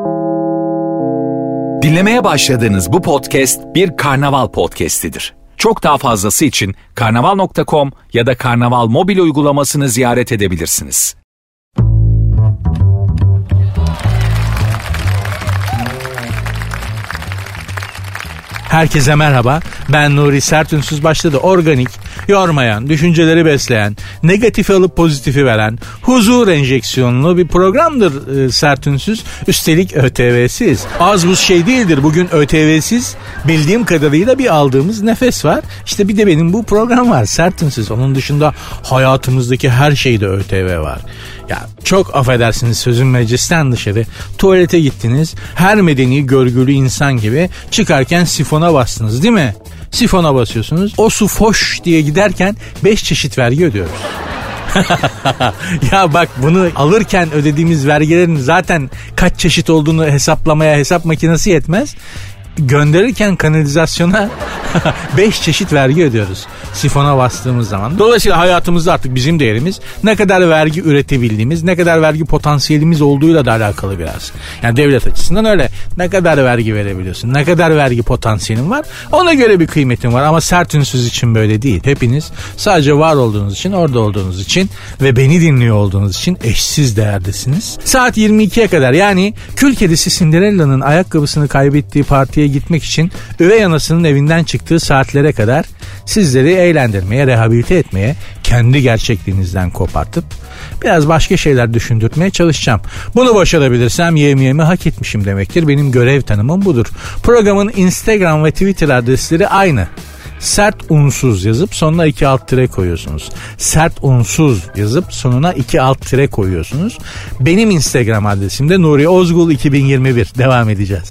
Dinlemeye başladığınız bu podcast bir karnaval podcastidir. Çok daha fazlası için karnaval.com ya da karnaval mobil uygulamasını ziyaret edebilirsiniz. Herkese merhaba, ben Nuri Sertünsüz başladı. Organik, yormayan, düşünceleri besleyen, negatifi alıp pozitifi veren, huzur enjeksiyonlu bir programdır Sertünsüz. Üstelik ÖTV'siz. Az buz şey değildir, bugün ÖTV'siz bildiğim kadarıyla bir aldığımız nefes var. İşte bir de benim bu program var Sertünsüz. Onun dışında hayatımızdaki her şeyde ÖTV var. Ya çok affedersiniz sözün meclisten dışarı tuvalete gittiniz, her medeni görgülü insan gibi çıkarken sifona bastınız değil mi? Sifona basıyorsunuz, o su foş diye giderken 5 çeşit vergi ödüyoruz. Ya bak, bunu alırken ödediğimiz vergilerin zaten kaç çeşit olduğunu hesaplamaya hesap makinesi yetmez. Gönderirken kanalizasyona 5 çeşit vergi ödüyoruz sifona bastığımız zaman. Dolayısıyla hayatımızda artık bizim değerimiz ne kadar vergi üretebildiğimiz, ne kadar vergi potansiyelimiz olduğuyla da alakalı biraz. Yani devlet açısından öyle. Ne kadar vergi verebiliyorsun, ne kadar vergi potansiyelin var, ona göre bir kıymetin var. Ama Sertünsüz için böyle değil. Hepiniz sadece var olduğunuz için, orada olduğunuz için ve beni dinliyor olduğunuz için eşsiz değerdesiniz. Saat 22'ye kadar, yani kül kedisi Cinderella'nın ayakkabısını kaybettiği partiye gitmek için üvey anasının evinden çıktığı saatlere kadar sizleri eğlendirmeye, rehabilite etmeye, kendi gerçekliğinizden kopartıp biraz başka şeyler düşündürtmeye çalışacağım. Bunu başarabilirsem yemeğimi hak etmişim demektir. Benim görev tanımım budur. Programın Instagram ve Twitter adresleri aynı. Sert unsuz yazıp sonuna 2 alt tire koyuyorsunuz. Sert unsuz yazıp sonuna 2 alt tire koyuyorsunuz. Benim Instagram adresim de Nuri Ozgul 2021. Devam edeceğiz.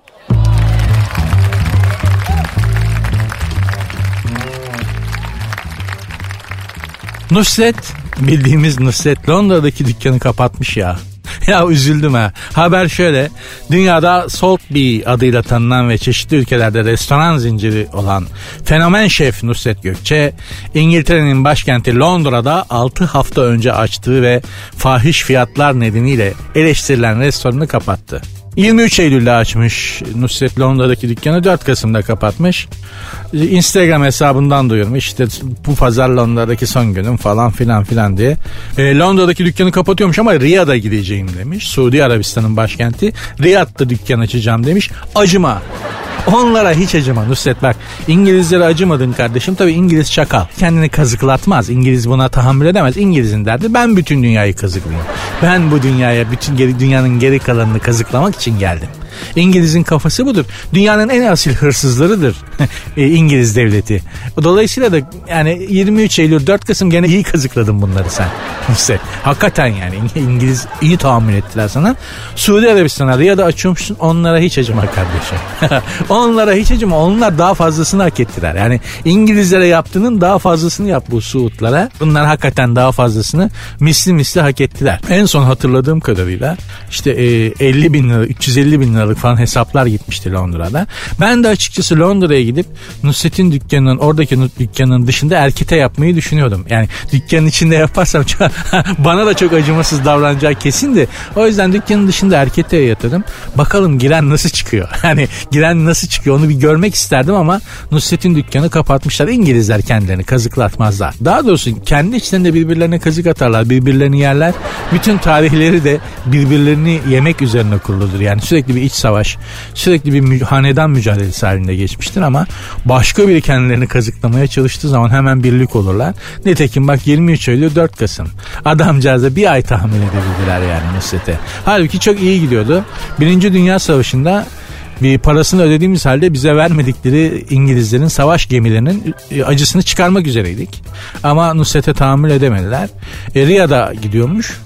Nusret, bildiğimiz Nusret Londra'daki dükkanı kapatmış ya. Ya üzüldüm ha. Haber şöyle: dünyada Saltby adıyla tanınan ve çeşitli ülkelerde restoran zinciri olan fenomen şef Nusret Gökçe, İngiltere'nin başkenti Londra'da 6 hafta önce açtığı ve fahiş fiyatlar nedeniyle eleştirilen restoranı kapattı. 23 Eylül'de açmış Nusret Londra'daki dükkanı, 4 Kasım'da kapatmış. Instagram hesabından duyurmuş, işte bu pazar Londra'daki son günüm falan filan diye. Londra'daki dükkanı kapatıyormuş ama Riyad'a gideceğim demiş. Suudi Arabistan'ın başkenti. Riyad'da dükkan açacağım demiş. Acıma. Onlara hiç acıma Nusret, bak. İngilizlere acımadın kardeşim. Tabii İngiliz çakal. Kendini kazıklatmaz. İngiliz buna tahammül edemez. İngiliz'in derdi, ben bütün dünyayı kazıklayayım. Ben bu dünyaya, bütün dünyanın geri kalanını kazıklamak için geldim. İngiliz'in kafası budur. Dünyanın en asil hırsızlarıdır İngiliz devleti. Dolayısıyla da yani 23 Eylül 4 Kasım gene iyi kazıkladın bunları sen. Nusret. Hakikaten yani İngiliz iyi tahammül ettiler sana. Suudi Arabistan'a, Riyad'a açıyormuşsun, onlara hiç acıma kardeşim. Onlara hiç acıma. Onlar daha fazlasını hak ettiler. Yani İngilizlere yaptığının daha fazlasını yap bu Suudlara. Bunlar hakikaten daha fazlasını misli hak ettiler. En son hatırladığım kadarıyla işte 50 bin lira, 350 bin liralık falan hesaplar gitmişti Londra'da. Ben de açıkçası Londra'ya gidip Nusret'in dükkanının, oradaki dükkanın dışında erkete yapmayı düşünüyordum. Yani dükkanın içinde yaparsam bana da çok acımasız davranacağı kesindi. O yüzden dükkanın dışında erkete yatırdım. Bakalım giren nasıl çıkıyor? Yani giren nasıl çıkıyor onu bir görmek isterdim ama Nusret'in dükkanı kapatmışlar. İngilizler kendilerini kazıklatmazlar. Daha doğrusu kendi içlerinde birbirlerine kazık atarlar, birbirlerini yerler. Bütün tarihleri de birbirlerini yemek üzerine kuruludur. Yani sürekli bir iç savaş, sürekli bir hanedan mücadelesi halinde geçmiştir ama başka biri kendilerini kazıklamaya çalıştığı zaman hemen birlik olurlar. Nitekim bak 23 Eylül 4 Kasım. Adamcağıza bir ay tahmin edebildiler yani Nusret'e. Halbuki çok iyi gidiyordu. Birinci Dünya Savaşı'nda bir parasını ödediğimiz halde bize vermedikleri İngilizlerin savaş gemilerinin acısını çıkarmak üzereydik. Ama Nusret'e tahammül edemediler. Riyad'a gidiyormuş.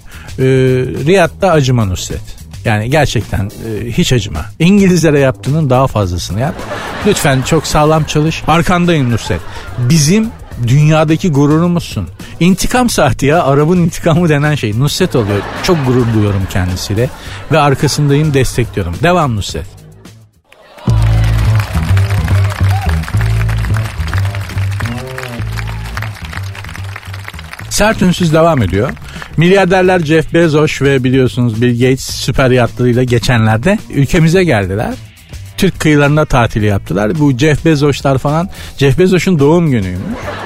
Riyad'da acıma Nusret. Yani gerçekten hiç acıma. İngilizlere yaptığının daha fazlasını yap. Lütfen çok sağlam çalış. Arkandayım Nusret. Bizim dünyadaki gururumuzsun. İntikam saati ya. Arap'ın intikamı denen şey Nusret oluyor. Çok gurur duyuyorum kendisiyle. Ve arkasındayım, destekliyorum. Devam Nusret. Sertünsüz devam ediyor. Milyarderler Jeff Bezos ve biliyorsunuz Bill Gates süper yatlarıyla geçenlerde ülkemize geldiler. Türk kıyılarında tatili yaptılar. Bu Jeff Bezos'lar falan, Jeff Bezos'un doğum günüymüş.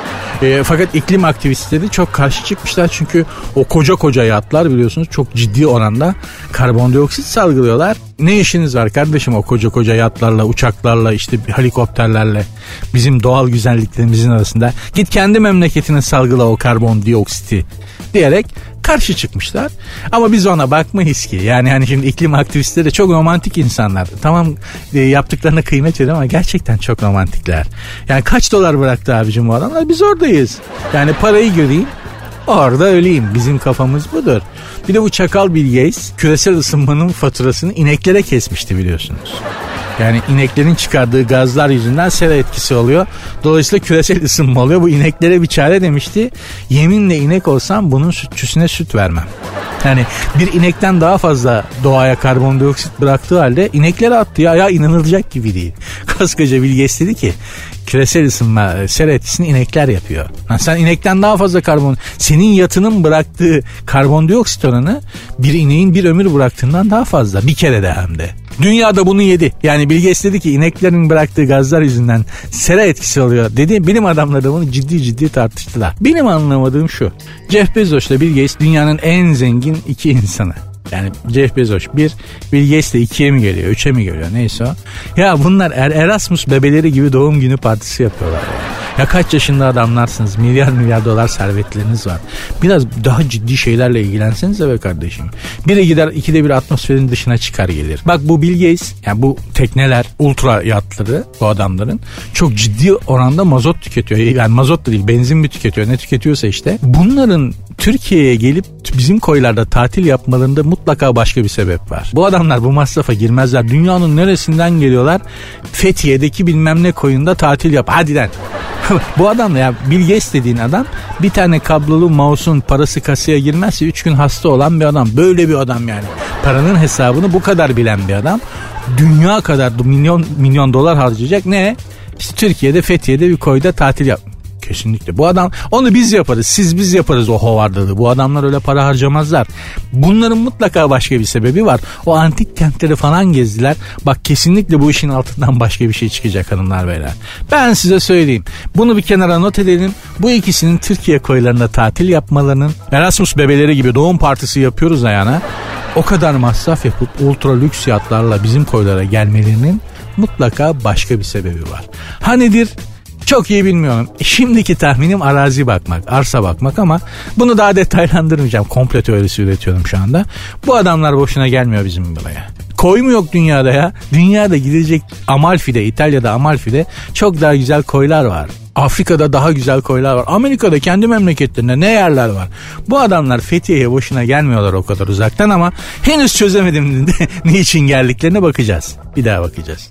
Fakat iklim aktivistleri çok karşı çıkmışlar çünkü o koca yatlar biliyorsunuz çok ciddi oranda karbondioksit salgılıyorlar. Ne işiniz var kardeşim o koca yatlarla, uçaklarla, işte helikopterlerle, bizim doğal güzelliklerimizin arasında? Git kendi memleketine salgıla o karbondioksiti diyerek karşı çıkmışlar. Ama biz ona bakmayız ki. Yani hani şimdi iklim aktivistleri de çok romantik insanlar. Tamam, yaptıklarına kıymet veriyor ama gerçekten çok romantikler. Yani kaç dolar bıraktı abicim bu adamlar? Biz oradayız. Yani parayı göreyim, orada öleyim. Bizim kafamız budur. Bir de bu çakal Bill Gates küresel ısınmanın faturasını ineklere kesmişti biliyorsunuz. Yani ineklerin çıkardığı gazlar yüzünden sera etkisi oluyor. Dolayısıyla küresel ısınma oluyor. Bu ineklere bir çare demişti. Yeminle inek olsam bunun sütçüsüne süt vermem. Yani bir inekten daha fazla doğaya karbondioksit bıraktığı halde ineklere attı ya inanılacak gibi değil. Koskoca Bill Gates dedi ki küresel ısınma sera etkisini inekler yapıyor. Yani sen inekten daha fazla senin yatının bıraktığı karbondioksit oranı bir ineğin bir ömür bıraktığından daha fazla. Bir kere de hem de. Dünyada bunu yedi. Yani Bill Gates dedi ki ineklerin bıraktığı gazlar yüzünden sera etkisi oluyor dedi. Bilim adamları da bunu ciddi tartıştılar. Benim anlamadığım şu. Jeff Bezos ile Bill Gates dünyanın en zengin iki insanı. Yani Jeff Bezos 1, Bill Gates de 2'ye mi geliyor, 3'e mi geliyor, neyse o. Ya bunlar Erasmus bebeleri gibi doğum günü partisi yapıyorlar ya. Ya kaç yaşında adamlarsınız, milyar dolar servetleriniz var. Biraz daha ciddi şeylerle ilgilensenize be kardeşim. Biri gider 2'de 1 atmosferin dışına çıkar gelir. Bak bu Bill Gates, yani bu tekneler, ultra yatları bu adamların çok ciddi oranda mazot tüketiyor. Yani mazot da değil, benzin mi tüketiyor, ne tüketiyorsa işte. Bunların Türkiye'ye gelip bizim koylarda tatil yapmalarında mutlaka başka bir sebep var. Bu adamlar bu masrafa girmezler. Dünyanın neresinden geliyorlar? Fethiye'deki bilmem ne koyunda tatil yap. Hadi lan. Bu adam ya, Bill Gates dediğin adam bir tane kablolu mouse'un parası kasaya girmezse 3 gün hasta olan bir adam. Böyle bir adam yani. Paranın hesabını bu kadar bilen bir adam. Dünya kadar milyon dolar harcayacak. Ne? İşte Türkiye'de Fethiye'de bir koyda tatil yap. Kesinlikle. Bu adam, onu biz yaparız, biz yaparız o hovardalığı. Bu adamlar öyle para harcamazlar. Bunların mutlaka başka bir sebebi var. O antik kentleri falan gezdiler. Bak kesinlikle bu işin altından başka bir şey çıkacak hanımlar beyler. Ben size söyleyeyim. Bunu bir kenara not edelim. Bu ikisinin Türkiye koylarında tatil yapmalarının, Erasmus bebeleri gibi doğum partisi yapıyoruz ayağına, o kadar masraf yapıp ultra lüks yatlarla bizim koylara gelmelerinin mutlaka başka bir sebebi var. Ha nedir? Çok iyi bilmiyorum. Şimdiki tahminim arazi bakmak, arsa bakmak ama bunu daha detaylandırmayacağım. Komplo teorisi üretiyorum şu anda. Bu adamlar boşuna gelmiyor bizim buraya. Koy mu yok dünyada ya? Dünyada gidecek Amalfi'de, İtalya'da Amalfi'de çok daha güzel koylar var. Afrika'da daha güzel koylar var. Amerika'da kendi memleketlerinde ne yerler var. Bu adamlar Fethiye'ye boşuna gelmiyorlar o kadar uzaktan ama henüz çözemedim niçin geldiklerine bakacağız. Bir daha bakacağız.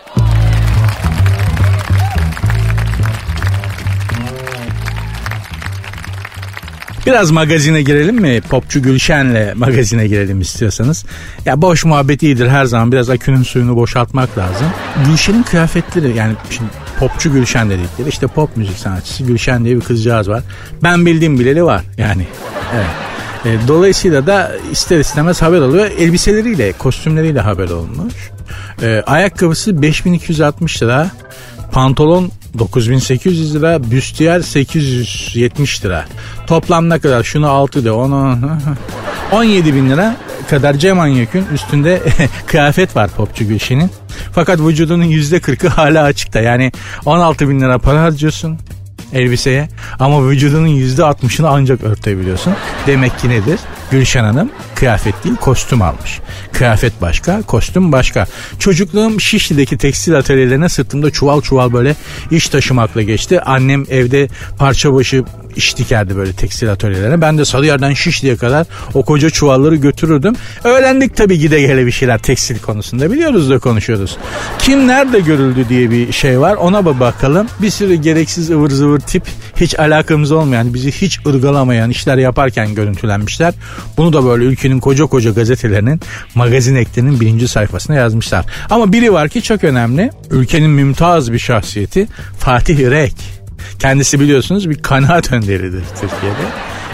Biraz magazine girelim mi? Popçu Gülşen'le magazine girelim istiyorsanız. Ya boş muhabbet iyidir her zaman. Biraz akünün suyunu boşaltmak lazım. Gülşen'in kıyafetleri, yani şimdi Popçu Gülşen dedikleri, işte pop müzik sanatçısı Gülşen diye bir kızcağız var. Ben bildiğim bileli var yani. Evet. Dolayısıyla da ister istemez haber oluyor. Elbiseleriyle, kostümleriyle haber olmuş. Ayakkabısı 5260 lira. Pantolon 9800 lira, büstiyer 870 lira. Toplam ne kadar? Şunu 6 de, 17 bin lira kadar Cem Anyak'ın üstünde kıyafet var Popçu Gülşen'in. Fakat vücudunun %40'ı hala açıkta. Yani 16 bin lira para harcıyorsun elbiseye ama vücudunun %60'ını ancak örtebiliyorsun. Demek ki nedir? Gülşen Hanım kıyafet değil kostüm almış. Kıyafet başka, kostüm başka. Çocukluğum Şişli'deki tekstil atölyelerine sırtımda çuval böyle iş taşımakla geçti. Annem evde parça başı iş dikerdi böyle tekstil atölyelerine. Ben de Sarıyer'den Şişli'ye kadar o koca çuvalları götürürdüm. Öğrendik tabii gide gele bir şeyler tekstil konusunda, biliyoruz da konuşuyoruz. Kim nerede görüldü diye bir şey var, ona bakalım. Bir sürü gereksiz ıvır zıvır tip, hiç alakamız olmayan, bizi hiç ırgalamayan işler yaparken görüntülenmişler. Bunu da böyle ülkenin koca gazetelerinin, magazin eklerinin 1. sayfasına yazmışlar. Ama biri var ki çok önemli. Ülkenin mümtaz bir şahsiyeti Fatih Ürek. Kendisi biliyorsunuz bir kanaat önderidir Türkiye'de.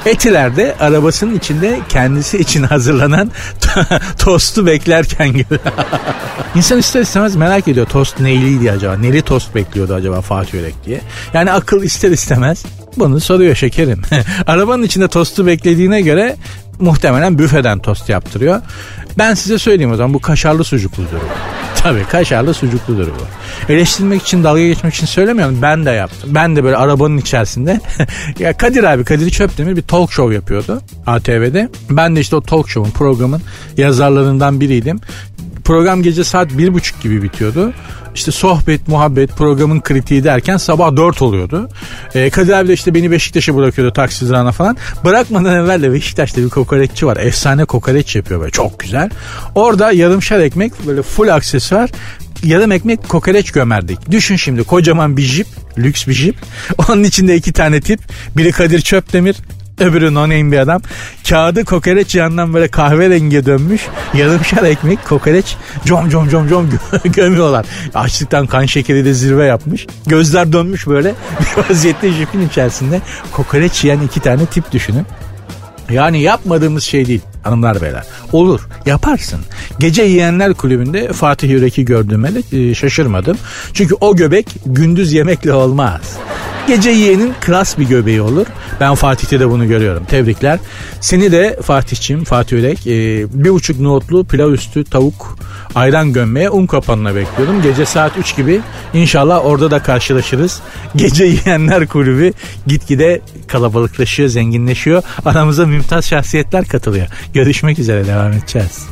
Etiler'de arabasının içinde kendisi için hazırlanan tostu beklerken gibi. İnsan ister istemez merak ediyor, tost neyliydi acaba? Neli tost bekliyordu acaba Fatih Yörek diye. Yani akıl ister istemez bunu soruyor şekerim. Arabanın içinde tostu beklediğine göre muhtemelen büfeden tost yaptırıyor. Ben size söyleyeyim o zaman, bu kaşarlı sucukludur. Tabii kaşarlı sucukludur bu. Eleştirmek için, dalga geçmek için söylemiyorum. Ben de yaptım. Ben de böyle arabanın içerisinde ya Kadir Çöpdemir bir talk show yapıyordu ATV'de. Ben de işte o talk show'un, programın yazarlarından biriydim. Program gece saat 1.30 gibi bitiyordu. İşte sohbet, muhabbet, programın kritiği derken sabah 4 oluyordu. Kadir abi de işte beni Beşiktaş'a bırakıyordu, taksi durağına falan. Bırakmadan evvel de Beşiktaş'ta bir kokoreççi var. Efsane kokoreç yapıyor böyle, çok güzel. Orada yarımşar ekmek, böyle full aksesuar, yarım ekmek kokoreç gömerdik. Düşün şimdi, kocaman bir jip, lüks bir jip. Onun içinde 2 tane tip. Biri Kadir Çöpdemir, öbürü no-name bir adam. Kağıdı kokoreç yandan böyle kahverengiye dönmüş. Yarımşar ekmek kokoreç com gömüyorlar. Açlıktan kan şekeri de zirve yapmış. Gözler dönmüş böyle bir vaziyette jipin içerisinde kokoreç yiyen 2 tane tip düşünün. Yani yapmadığımız şey değil hanımlar beyler. Olur, yaparsın. Gece Yiyenler Kulübü'nde Fatih Yürek'i gördüğüme de şaşırmadım. Çünkü o göbek gündüz yemekle olmaz. Gece yiyenin klas bir göbeği olur. Ben Fatih'te de bunu görüyorum. Tebrikler. Seni de Fatih'cim, Fatih Yörek, 1,5 nohutlu pilav üstü tavuk ayran gömmeye Unkapanı'na bekliyordum. Gece saat 3 gibi inşallah orada da karşılaşırız. Gece Yiyenler Kulübü gitgide kalabalıklaşıyor, zenginleşiyor. Aramıza mümtaz şahsiyetler katılıyor. Görüşmek üzere, devam edeceğiz.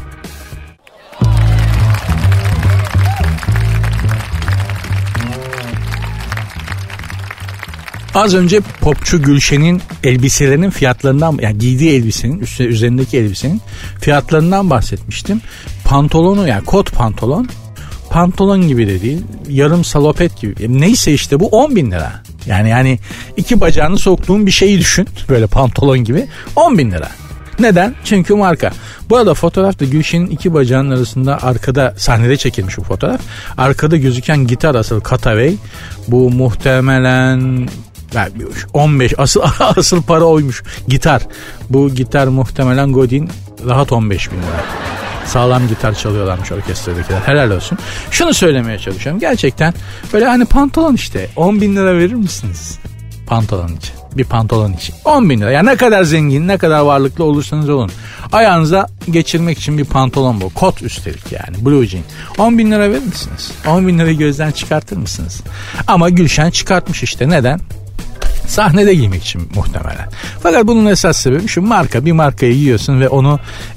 Az önce popçu Gülşen'in elbiselerinin fiyatlarından, yani giydiği elbisenin, üzerindeki elbisenin fiyatlarından bahsetmiştim. Pantolonu, yani kot pantolon gibi de değil, yarım salopet gibi. Neyse işte bu 10.000 lira. Yani 2 bacağını soktuğun bir şeyi düşün, böyle pantolon gibi, 10.000 lira. Neden? Çünkü marka. Bu arada fotoğrafta Gülşen'in 2 bacağının arasında, arkada sahnede çekilmiş bu fotoğraf. Arkada gözüken gitar asıl Kataway. Bu muhtemelen 15 asıl para oymuş gitar. Bu gitar muhtemelen Godin, rahat 15.000 lira. Sağlam gitar çalıyorlarmış orkestradakiler. Helal olsun. Şunu söylemeye çalışıyorum. Gerçekten böyle hani pantolon işte 10.000 lira verir misiniz? Pantolon için. Bir pantolon için. 10.000 lira. Yani ne kadar zengin, ne kadar varlıklı olursanız olun. Ayağınıza geçirmek için bir pantolon bu. Kot üstelik yani. Blue jean. 10.000 lira verir misiniz? 10.000 lirayı gözden çıkartır mısınız? Ama Gülşen çıkartmış işte. Neden? Sahnede giymek için muhtemelen. Fakat bunun esas sebebi şu: bir markayı giyiyorsun ve onu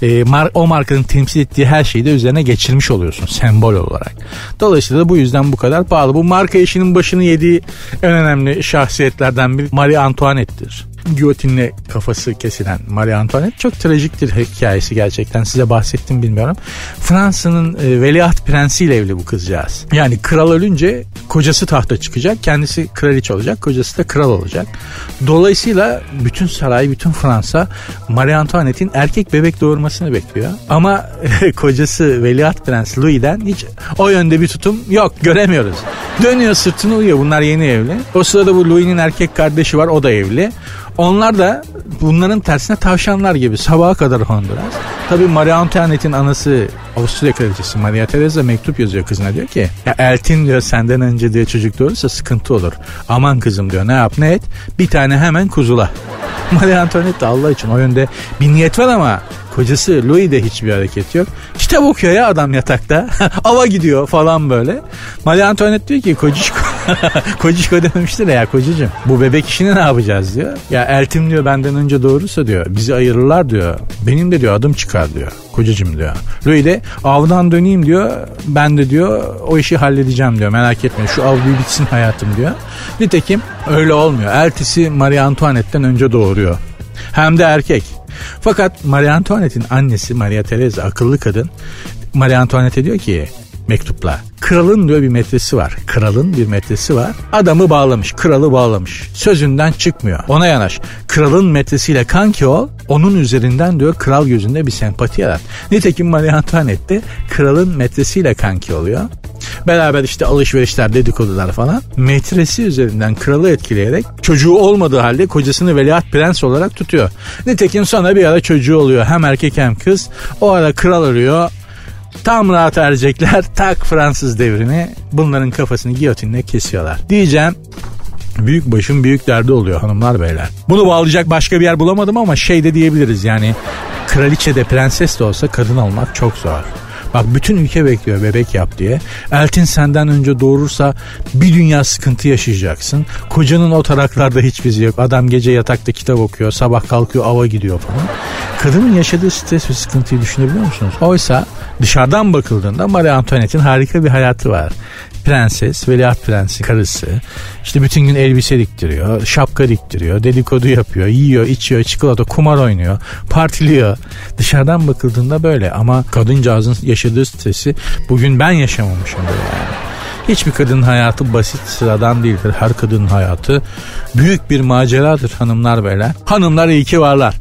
o markanın temsil ettiği her şeyi de üzerine geçirmiş oluyorsun sembol olarak. Dolayısıyla da bu yüzden bu kadar pahalı. Bu marka işinin başını yediği en önemli şahsiyetlerden biri Marie Antoinette'tir. Giyotinle kafası kesilen Marie Antoinette çok trajiktir hikayesi gerçekten. Size bahsettim bilmiyorum. Fransa'nın veliaht prensiyle evli bu kızcağız. Yani kral ölünce kocası tahta çıkacak. Kendisi kraliçe olacak. Kocası da kral olacak. Dolayısıyla bütün saray, bütün Fransa Marie Antoinette'in erkek bebek doğurmasını bekliyor. Ama kocası veliaht prens Louis'den hiç o yönde bir tutum yok. Göremiyoruz. Dönüyor sırtını uyuyor. Bunlar yeni evli. O sırada bu Louis'nin erkek kardeşi var. O da evli. Onlar da bunların tersine tavşanlar gibi sabaha kadar Honduras. Tabii Marie Antoinette'in anası Avusturya kraliçesi Maria Theresa mektup yazıyor kızına, diyor ki ya Eltin diyor senden önce diyor çocuk doğurursa sıkıntı olur. Aman kızım diyor, ne yap ne et, bir tane hemen kuzula. Marie Antoinette de Allah için o yönde bir niyet var ama kocası Louis'de hiçbir hareket yok. Kitap okuyor ya adam yatakta. Ava gidiyor falan böyle. Marie Antoinette diyor ki kocişko dememiştir ya kocacığım. Bu bebek işini ne yapacağız diyor. Ya Eltim diyor benden önce doğurursa diyor bizi ayırırlar diyor. Benim de diyor adım çıkar diyor. Kocacığım diyor. Louis de avdan döneyim diyor. Ben de diyor o işi halledeceğim diyor. Merak etme şu av bir bitsin hayatım diyor. Nitekim öyle olmuyor. Eltisi Marie Antoinette'den önce doğuruyor. Hem de erkek. Fakat Marie Antoinette'in annesi Maria Theresa akıllı kadın. Marie Antoinette diyor ki mektupla, kralın diyor bir metresi var. Kralın bir metresi var. Adamı bağlamış, kralı bağlamış. Sözünden çıkmıyor. Ona yanaş. Kralın metresiyle kanki ol. Onun üzerinden diyor kral gözünde bir sempati yarat. Nitekim Marie Antoinette de kralın metresiyle kanki oluyor. Beraber işte alışverişler, dedikodular falan. Metresi üzerinden kralı etkileyerek çocuğu olmadığı halde kocasını veliaht prens olarak tutuyor. Nitekim sonra bir ara çocuğu oluyor. Hem erkek hem kız. O ara kral arıyor. Tam rahat erecekler. Tak Fransız devrini. Bunların kafasını giyotinle kesiyorlar. Diyeceğim. Büyük başın büyük derdi oluyor hanımlar beyler. Bunu bağlayacak başka bir yer bulamadım ama şey de diyebiliriz yani. Kraliçe de prenses de olsa kadın olmak çok zor. Bak bütün ülke bekliyor bebek yap diye. Eltin senden önce doğurursa bir dünya sıkıntı yaşayacaksın. Kocanın o taraklarda hiçbir şey yok. Adam gece yatakta kitap okuyor, sabah kalkıyor ava gidiyor falan. Kadının yaşadığı stres ve sıkıntıyı düşünebiliyor musunuz? Oysa dışarıdan bakıldığında Marie Antoinette'in harika bir hayatı var. Prenses, veliaht prensi karısı. İşte bütün gün elbise diktiriyor, şapka diktiriyor, dedikodu yapıyor, yiyor, içiyor, çikolata, kumar oynuyor, partiliyor. Dışarıdan bakıldığında böyle ama kadıncağızın yaşadığı stresi bugün ben yaşamamışımdır yani. Hiçbir kadının hayatı basit, sıradan değildir. Her kadının hayatı büyük bir maceradır hanımlar beyler. Hanımlar iyi ki varlar.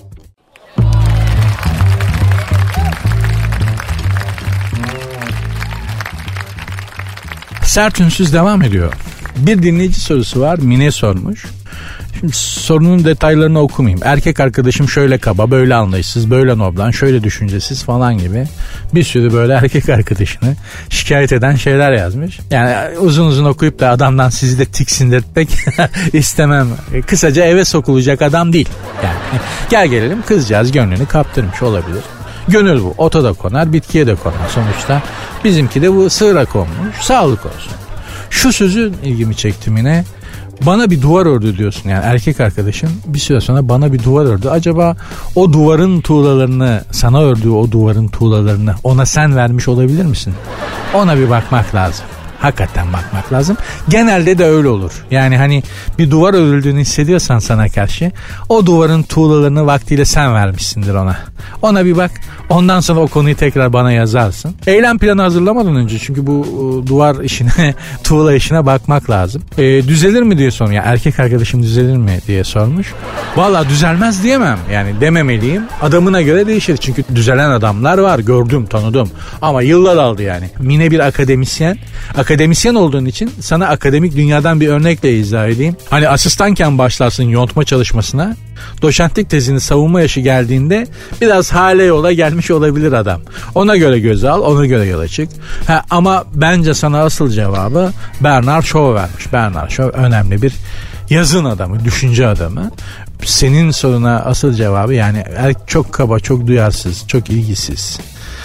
Sert Ünsüz devam ediyor. Bir dinleyici sorusu var. Mine sormuş. Şimdi sorunun detaylarını okumayayım. Erkek arkadaşım şöyle kaba, böyle anlayışsız, böyle noblan, şöyle düşüncesiz falan gibi bir sürü böyle erkek arkadaşını şikayet eden şeyler yazmış. Yani uzun uzun okuyup da adamdan sizi de tiksindirtmek istemem. Kısaca eve sokulacak adam değil. Yani gel gelelim kızcağız gönlünü kaptırmış olabilir. Gönül bu. Ota da konar, bitkiye de konar. Sonuçta bizimki de bu sığıra konmuş. Sağlık olsun. Şu sözün ilgimi çekti yine. Bana bir duvar ördü diyorsun. Yani erkek arkadaşın bir süre sonra bana bir duvar ördü. Acaba o duvarın tuğlalarını, sana ördüğü o duvarın tuğlalarını ona sen vermiş olabilir misin? Ona bir bakmak lazım. Hakikaten bakmak lazım. Genelde de öyle olur. Yani hani bir duvar örüldüğünü hissediyorsan sana karşı o duvarın tuğlalarını vaktiyle sen vermişsindir ona. Ona bir bak. Ondan sonra o konuyu tekrar bana yazarsın. Eylem planı hazırlamadan önce çünkü bu duvar işine, tuğla işine bakmak lazım. Düzelir mi diye sormuş. Yani erkek arkadaşım düzelir mi diye sormuş. Valla düzelmez diyemem. Yani dememeliyim. Adamına göre değişir. Çünkü düzelen adamlar var. Gördüm, tanıdım. Ama yıllar aldı yani. Mine bir akademisyen. Akademisyen olduğun için sana akademik dünyadan bir örnekle izah edeyim. Hani asistanken başlarsın yontma çalışmasına. Doçentlik tezini savunma yaşı geldiğinde biraz hale yola gelmiş olabilir adam. Ona göre göze al, ona göre yola çık. Ama bence sana asıl cevabı Bernard Shaw vermiş. Bernard Shaw önemli bir yazın adamı, düşünce adamı. Senin soruna asıl cevabı yani çok kaba, çok duyarsız, çok ilgisiz.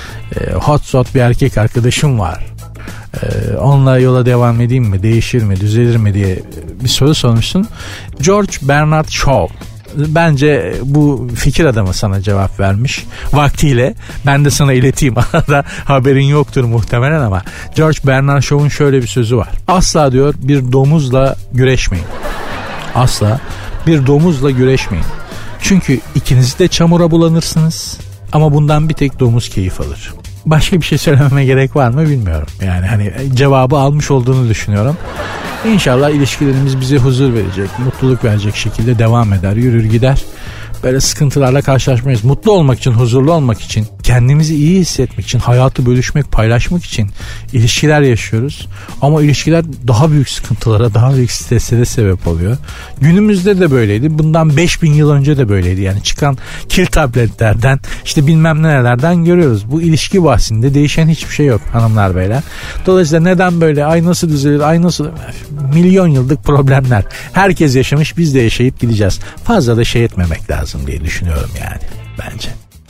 Hot bir erkek arkadaşım var. Onunla yola devam edeyim mi, değişir mi, düzelir mi diye bir soru sormuşsun. George Bernard Shaw. Bence bu fikir adamı sana cevap vermiş vaktiyle. Ben de sana ileteyim. Arada haberin yoktur muhtemelen ama George Bernard Shaw'un şöyle bir sözü var. Asla diyor bir domuzla güreşmeyin. Asla bir domuzla güreşmeyin. Çünkü ikiniz de çamura bulanırsınız. Ama bundan bir tek domuz keyif alır. Başka bir şey söylememe gerek var mı bilmiyorum. Yani hani cevabı almış olduğunu düşünüyorum. İnşallah ilişkilerimiz bize huzur verecek, mutluluk verecek şekilde devam eder, yürür gider. Böyle sıkıntılarla karşılaşmayız. Mutlu olmak için, huzurlu olmak için, kendimizi iyi hissetmek için, hayatı bölüşmek, paylaşmak için ilişkiler yaşıyoruz. Ama ilişkiler daha büyük sıkıntılara, daha büyük streslere sebep oluyor. Günümüzde de böyleydi. Bundan 5000 yıl önce de böyleydi. Yani çıkan kil tabletlerden, işte bilmem nelerden görüyoruz. Bu ilişki bahsinde değişen hiçbir şey yok hanımlar beyler. Dolayısıyla neden böyle? Ay nasıl düzelir? Ay nasıl? Milyon yıllık problemler. Herkes yaşamış, biz de yaşayıp gideceğiz. Fazla da şey etmemek lazım diye düşünüyorum yani bence.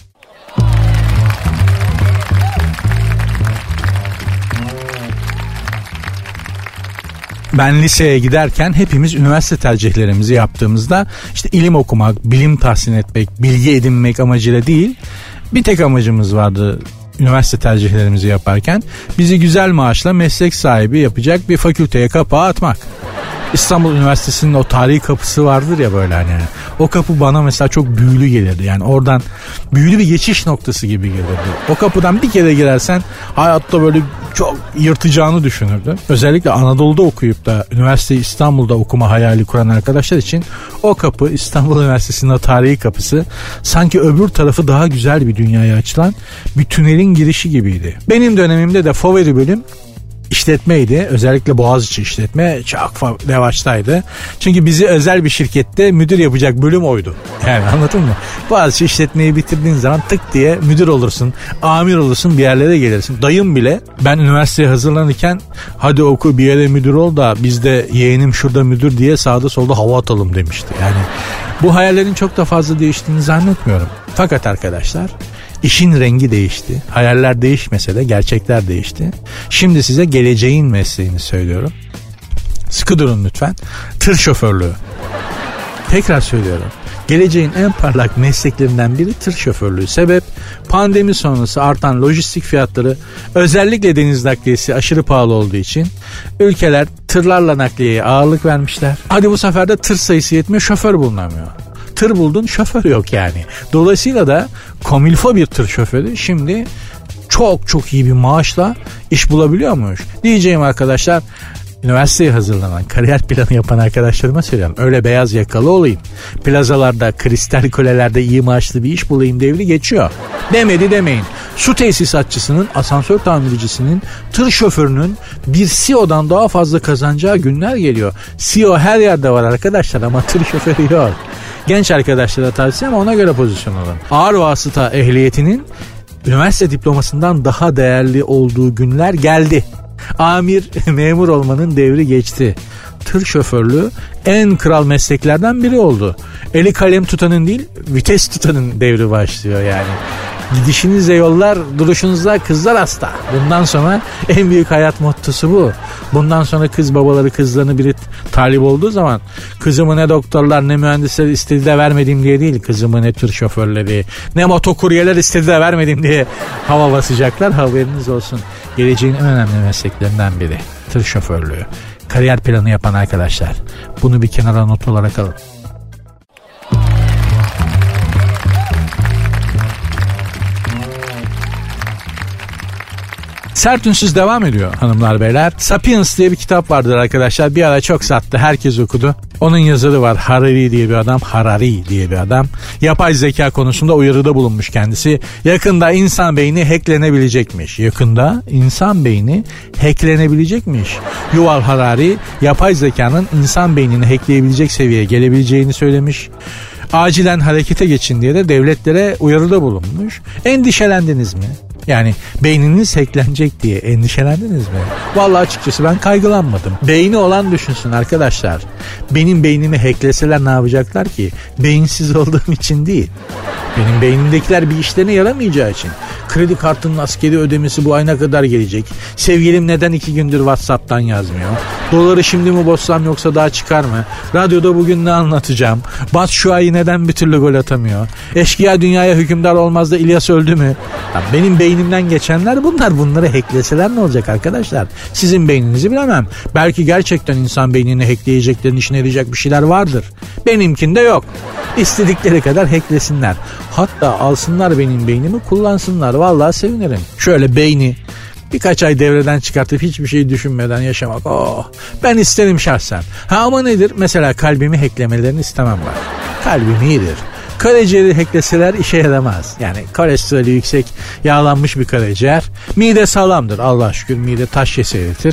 Ben liseye giderken hepimiz üniversite tercihlerimizi yaptığımızda işte ilim okumak, bilim tahsin etmek, bilgi edinmek amacıyla değil, bir tek amacımız vardı üniversite tercihlerimizi yaparken. Bizi güzel maaşla meslek sahibi yapacak bir fakülteye kapağı atmak. İstanbul Üniversitesi'nin o tarihi kapısı vardır ya böyle hani. O kapı bana mesela çok büyülü gelirdi. Yani oradan büyülü bir geçiş noktası gibi gelirdi. O kapıdan bir kere girersen hayatta böyle çok yırtacağını düşünürdüm. Özellikle Anadolu'da okuyup da üniversiteyi İstanbul'da okuma hayali kuran arkadaşlar için o kapı, İstanbul Üniversitesi'nin o tarihi kapısı, sanki öbür tarafı daha güzel bir dünyaya açılan bir tünelin girişi gibiydi. Benim dönemimde de favori bölüm işletmeydi. Özellikle Boğaziçi işletme çok revaçtaydı. Çünkü bizi özel bir şirkette müdür yapacak bölüm oydu. Yani anladın mı? Boğaziçi işletmeyi bitirdiğin zaman tık diye müdür olursun, amir olursun, bir yerlere gelirsin. Dayım bile ben üniversiteye hazırlanırken hadi oku bir yere müdür ol da biz de yeğenim şurada müdür diye sağda solda hava atalım demişti. Yani bu hayallerin çok da fazla değiştiğini zannetmiyorum. Fakat arkadaşlar İşin rengi değişti. Hayaller değişmese de gerçekler değişti. Şimdi size geleceğin mesleğini söylüyorum. Sıkı durun lütfen. Tır şoförlüğü. Tekrar söylüyorum. Geleceğin en parlak mesleklerinden biri tır şoförlüğü. Sebep pandemi sonrası artan lojistik fiyatları, özellikle deniz nakliyesi aşırı pahalı olduğu için ülkeler tırlarla nakliyeye ağırlık vermişler. Hadi bu sefer de tır sayısı yetmiyor, şoför bulunamıyor. Tır buldun, şoför yok yani. Dolayısıyla da komilfo bir tır şoförü şimdi çok iyi bir maaşla iş bulabiliyormuş. Diyeceğim arkadaşlar, üniversiteye hazırlanan, kariyer planı yapan arkadaşlarıma söylüyorum. Öyle beyaz yakalı olayım, plazalarda, kristal kulelerde iyi maaşlı bir iş bulayım devri geçiyor. Demedi demeyin. Su tesisatçısının, asansör tamircisinin, tır şoförünün bir CEO'dan daha fazla kazanacağı günler geliyor. CEO her yerde var arkadaşlar ama tır şoförü yok. Genç arkadaşlara tavsiyem ona göre pozisyon alın. Ağır vasıta ehliyetinin üniversite diplomasından daha değerli olduğu günler geldi. Amir, memur olmanın devri geçti. Tır şoförlüğü en kral mesleklerden biri oldu. Eli kalem tutanın değil, vites tutanın devri başlıyor yani. Gidişinizde yollar, duruşunuzda kızlar hasta. Bundan sonra en büyük hayat mottosu bu. Bundan sonra kız babaları kızlarını biri talip olduğu zaman kızımı ne doktorlar ne mühendisler istedi de vermedim diye değil, kızımı ne tır şoförleri ne motokuryeler istedi de vermedim diye hava basacaklar. Haberiniz olsun. Geleceğin en önemli mesleklerinden biri tır şoförlüğü. Kariyer planı yapan arkadaşlar, bunu bir kenara not olarak alın. Sert Ünsüz devam ediyor hanımlar beyler. Sapiens diye bir kitap vardır arkadaşlar. Bir ara çok sattı. Herkes okudu. Onun yazarı var. Harari diye bir adam. Yapay zeka konusunda uyarıda bulunmuş kendisi. Yakında insan beyni hacklenebilecekmiş. Yuval Harari yapay zekanın insan beynini hackleyebilecek seviyeye gelebileceğini söylemiş. Acilen harekete geçin diye de devletlere uyarıda bulunmuş. Endişelendiniz mi? Yani beyniniz hacklenecek diye endişelendiniz mi? Vallahi açıkçası ben kaygılanmadım. Beyni olan düşünsün arkadaşlar. Benim beynimi hackleseler ne yapacaklar ki? Beyinsiz olduğum için değil. Benim beynimdekiler bir işlerine yaramayacağı için. Kredi kartının askeri ödemesi bu ayına kadar gelecek. Sevgilim neden 2 gündür WhatsApp'tan yazmıyor? Doları şimdi mi bozsam yoksa daha çıkar mı? Radyoda bugün ne anlatacağım? Batshuayi neden bir türlü gol atamıyor? Eşkıya dünyaya hükümdar olmaz da İlyas öldü mü? Ya benim beynimden geçenler bunlar. Bunları hackleseler ne olacak arkadaşlar? Sizin beyninizi bilemem. Belki gerçekten insan beynini hackleyeceklerin işine yarayacak bir şeyler vardır. Benimkinde yok. İstedikleri kadar hacklesinler. Hatta alsınlar benim beynimi, kullansınlar. Vallahi sevinirim. Şöyle beyni birkaç ay devreden çıkartıp hiçbir şey düşünmeden yaşamak. Ben isterim şahsen. Ama nedir? Mesela kalbimi hacklemelerini istemem ben. Kalbim iyidir. Karaciğeri hackleseler işe yaramaz. Yani kolesterolü yüksek, yağlanmış bir karaciğer. Mide sağlamdır. Allah'a şükür mide taş yese eritir.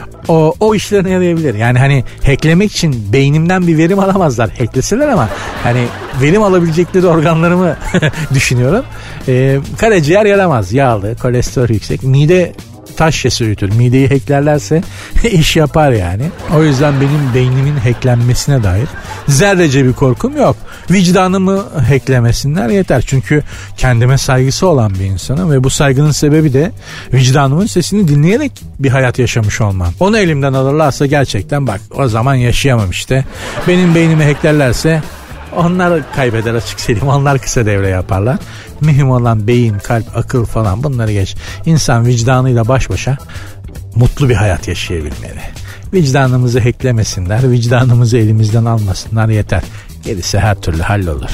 O işlerine yarayabilir. Yani hani hacklemek için beynimden bir verim alamazlar. Hackleseler ama hani verim alabilecekleri organlarımı düşünüyorum. Karaciğer yaramaz. Yağlı, kolesterol yüksek. Mide taş yese öğütür. Mideyi hacklerlerse iş yapar yani. O yüzden benim beynimin hacklenmesine dair zerrece bir korkum yok. Vicdanımı hacklemesinler yeter. Çünkü kendime saygısı olan bir insanım ve bu saygının sebebi de vicdanımın sesini dinleyerek bir hayat yaşamış olmam. Onu elimden alırlarsa gerçekten bak o zaman yaşayamam işte. Benim beynimi hacklerlerse onlar kaybeder, açık söyleyeyim. Onlar kısa devre yaparlar. Mühim olan beyin, kalp, akıl falan, bunları geç. İnsan vicdanıyla baş başa mutlu bir hayat yaşayabilmeli. Vicdanımızı hacklemesinler, vicdanımızı elimizden almasınlar yeter. Gerisi her türlü hallolur.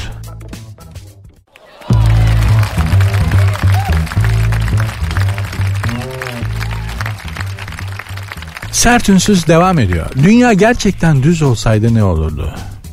Sert Ünsüz devam ediyor. Dünya gerçekten düz olsaydı ne olurdu?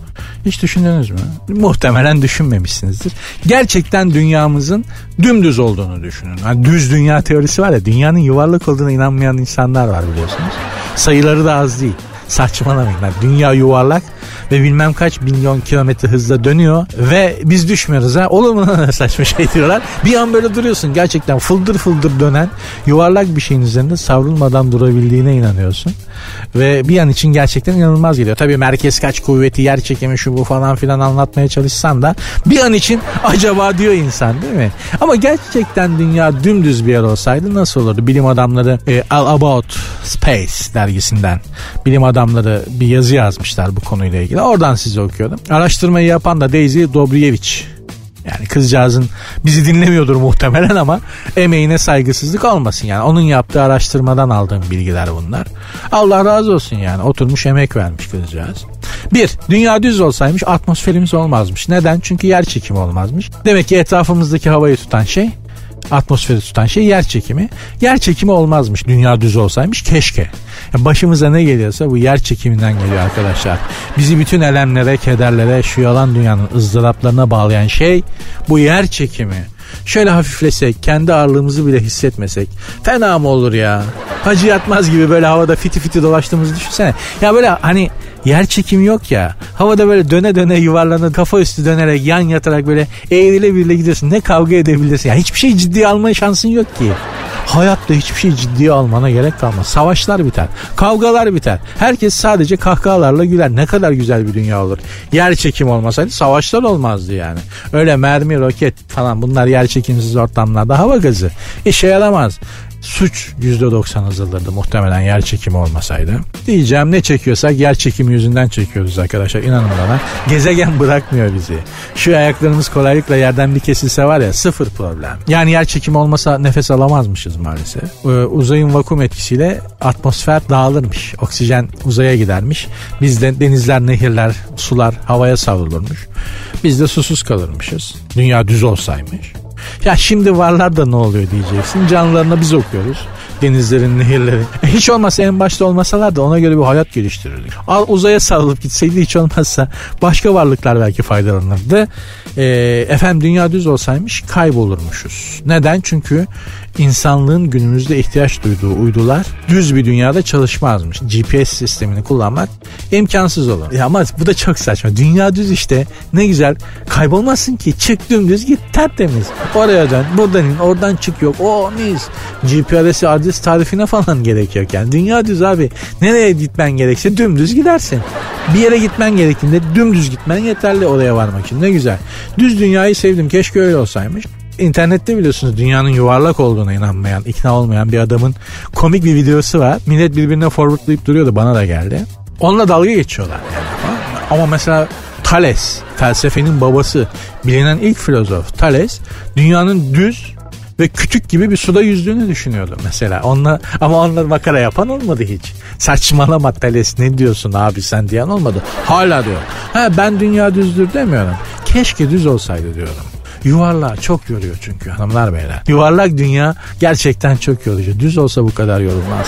Hiç düşündünüz mü? Muhtemelen düşünmemişsinizdir. Gerçekten dünyamızın dümdüz olduğunu düşünün. Hani düz dünya teorisi var ya, dünyanın yuvarlak olduğuna inanmayan insanlar var biliyorsunuz. Sayıları da az değil. Saçmalamayın. Yani dünya yuvarlak ve bilmem kaç milyon kilometre hızla dönüyor ve biz düşmüyoruz ha. Olur mu lan, saçma şey diyorlar. Bir an böyle duruyorsun, gerçekten fıldır fıldır dönen yuvarlak bir şeyin üzerinde savrulmadan durabildiğine inanıyorsun. Ve bir an için gerçekten inanılmaz geliyor. Tabii merkez kaç kuvveti, yer çekimi, şu bu falan filan anlatmaya çalışsan da bir an için acaba diyor insan, değil mi? Ama gerçekten dünya dümdüz bir yer olsaydı nasıl olurdu? Bilim adamları All About Space dergisinden bilim adamları bir yazı yazmışlar bu konuyla ilgili. Oradan size okuyordum. Araştırmayı yapan da Daisy Dobrevich. Yani kızcağızın bizi dinlemiyordur muhtemelen ama emeğine saygısızlık olmasın yani. Onun yaptığı araştırmadan aldığım bilgiler bunlar. Allah razı olsun yani. Oturmuş emek vermiş kızcağız. 1. Dünya düz olsaymış atmosferimiz olmazmış. Neden? Çünkü yer çekimi olmazmış. Demek ki etrafımızdaki havayı tutan şey, atmosferi tutan şey yer çekimi. Yer çekimi olmazmış dünya düz olsaymış, keşke. Başımıza ne geliyorsa bu yer çekiminden geliyor arkadaşlar. Bizi bütün elemlere, kederlere, şu yalan dünyanın ızdıraplarına bağlayan şey bu yer çekimi. Şöyle hafiflesek, kendi ağırlığımızı bile hissetmesek fena mı olur ya? Hacı Yatmaz gibi böyle havada fiti fiti dolaştığımızı düşünsene. Ya böyle hani yer çekimi yok ya. Havada böyle döne döne yuvarlanır, kafa üstü dönerek, yan yatarak böyle eğrile biriyle gidiyorsun. Ne kavga edebilirsin? Ya hiçbir şey ciddiye alma şansın yok ki. Hayatta hiçbir şey ciddiye almana gerek kalmaz. Savaşlar biter. Kavgalar biter. Herkes sadece kahkahalarla güler. Ne kadar güzel bir dünya olur. Yer çekimi olmasaydı savaşlar olmazdı yani. Öyle mermi, roket falan bunlar yer çekimsiz ortamlarda hava gazı. İşe yaramaz. Suç %90 azalırdı muhtemelen yer çekimi olmasaydı. Diyeceğim, ne çekiyorsak yer çekimi yüzünden çekiyoruz arkadaşlar. İnanın bana. Gezegen bırakmıyor bizi. Şu ayaklarımız kolaylıkla yerden bir kesilse var ya, sıfır problem. Yani yer çekimi olmasa nefes alamazmışız maalesef. Uzayın vakum etkisiyle atmosfer dağılırmış. Oksijen uzaya gidermiş. Bizde denizler, nehirler, sular havaya savrulurmuş. Biz de susuz kalırmışız. Dünya düz olsaymış. Ya şimdi varlar da ne oluyor diyeceksin. Canlılarına biz okuyoruz. Denizlerin, nehirlerin. Hiç olmazsa, en başta olmasalar da ona göre bir hayat geliştirirdik. Uzaya savrulup gitseydi hiç olmazsa başka varlıklar belki faydalanırdı. Efendim dünya düz olsaymış kaybolurmuşuz. Neden? Çünkü insanlığın günümüzde ihtiyaç duyduğu uydular düz bir dünyada çalışmazmış. GPS sistemini kullanmak imkansız olur. Ya ama bu da çok saçma. Dünya düz işte. Ne güzel. Kaybolmazsın ki. Çık dümdüz git, tertemiz. Oraya dön. Buradan in. Oradan çık yok. Mis. GPS'i, adres tarifine falan gerek yok yani. Dünya düz abi. Nereye gitmen gerekse dümdüz gidersin. Bir yere gitmen gerektiğinde dümdüz gitmen yeterli oraya varmak için. Ne güzel. Düz dünyayı sevdim. Keşke öyle olsaymış. İnternette biliyorsunuz dünyanın yuvarlak olduğuna inanmayan, ikna olmayan bir adamın komik bir videosu var. Millet birbirine forwardlayıp duruyordu, bana da geldi. Onunla dalga geçiyorlar yani. Ama mesela Thales, felsefenin babası, bilinen ilk filozof Thales, dünyanın düz ve kütük gibi bir suda yüzdüğünü düşünüyordu mesela. Ama onlar makara yapan olmadı hiç. Saçmalama Thales, ne diyorsun abi sen diyen olmadı. Hala diyor. Ben dünya düzdür demiyorum. Keşke düz olsaydı diyorum. Yuvarlak çok yoruyor çünkü hanımlar beyler. Yuvarlak dünya gerçekten çok yorucu. Düz olsa bu kadar yorulmaz.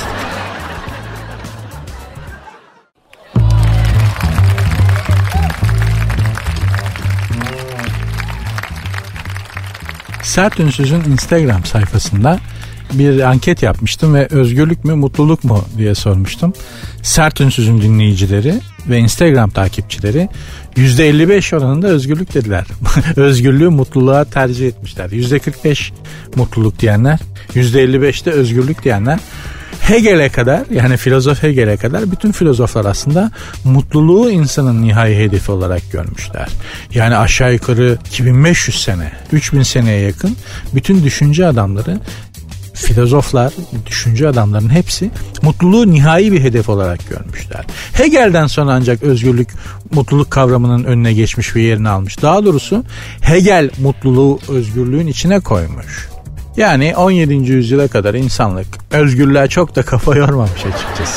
Sert Ünsüz'ün Instagram sayfasında bir anket yapmıştım ve özgürlük mü mutluluk mu diye sormuştum. Sert Ünsüz'ün dinleyicileri ve Instagram takipçileri %55 oranında özgürlük dediler. Özgürlüğü mutluluğa tercih etmişler. %45 mutluluk diyenler, %55'te özgürlük diyenler. Hegel'e kadar, yani filozof Hegel'e kadar bütün filozoflar aslında mutluluğu insanın nihai hedefi olarak görmüşler. Yani aşağı yukarı 2500 sene, 3000 seneye yakın bütün düşünce adamları, filozoflar, düşünce adamlarının hepsi mutluluğu nihai bir hedef olarak görmüşler. Hegel'den sonra ancak özgürlük mutluluk kavramının önüne geçmiş ve yerini almış. Daha doğrusu Hegel mutluluğu özgürlüğün içine koymuş. Yani 17. yüzyıla kadar insanlık özgürlüğe çok da kafa yormamış açıkçası.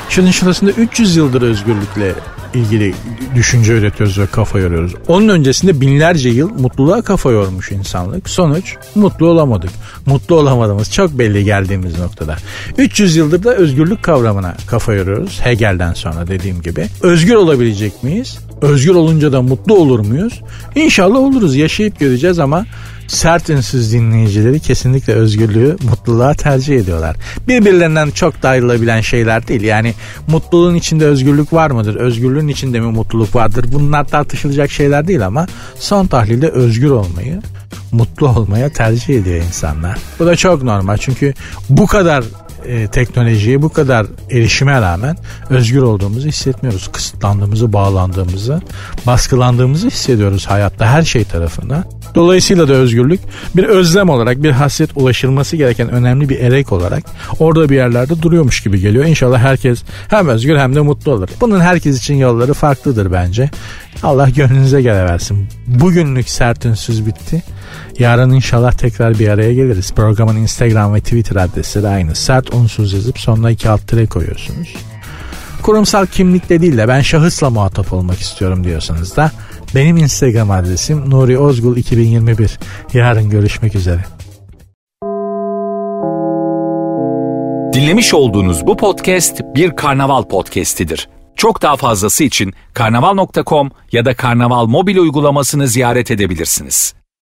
Şunun şurasında 300 yıldır özgürlükle ilgili düşünce üretiyoruz ve kafa yoruyoruz. Onun öncesinde binlerce yıl mutluluğa kafa yormuş insanlık. Sonuç mutlu olamadık. Mutlu olamadığımız çok belli geldiğimiz noktada. 300 yıldır da özgürlük kavramına kafa yoruyoruz. Hegel'den sonra dediğim gibi. Özgür olabilecek miyiz? Özgür olunca da mutlu olur muyuz? İnşallah oluruz. Yaşayıp göreceğiz ama sert ünsüz dinleyicileri kesinlikle özgürlüğü mutluluğa tercih ediyorlar. Birbirlerinden çok da ayrılabilen şeyler değil. Yani mutluluğun içinde özgürlük var mıdır? Özgürlüğün içinde mi mutluluk vardır? Bunlar tartışılacak şeyler değil ama son tahlilde özgür olmayı, mutlu olmaya tercih ediyor insanlar. Bu da çok normal çünkü bu kadar teknolojiye, bu kadar erişime rağmen özgür olduğumuzu hissetmiyoruz. Kısıtlandığımızı, bağlandığımızı, baskılandığımızı hissediyoruz hayatta her şey tarafından. Dolayısıyla da özgürlük bir özlem olarak, bir hasret, ulaşılması gereken önemli bir erek olarak orada bir yerlerde duruyormuş gibi geliyor. İnşallah herkes hem özgür hem de mutlu olur. Bunun herkes için yolları farklıdır bence. Allah gönlünüze geleversin. Bugünlük sert ünsüz bitti. Yarın inşallah tekrar bir araya geliriz. Programın Instagram ve Twitter adresleri aynı. Sert unsuz yazıp sonuna 2 alt tire koyuyorsunuz. Kurumsal kimlikle değil de ben şahısla muhatap olmak istiyorum diyorsanız da benim Instagram adresim Nuri Ozgul 2021. Yarın görüşmek üzere. Dinlemiş olduğunuz bu podcast bir Karnaval podcastidir. Çok daha fazlası için karnaval.com ya da Karnaval mobil uygulamasını ziyaret edebilirsiniz.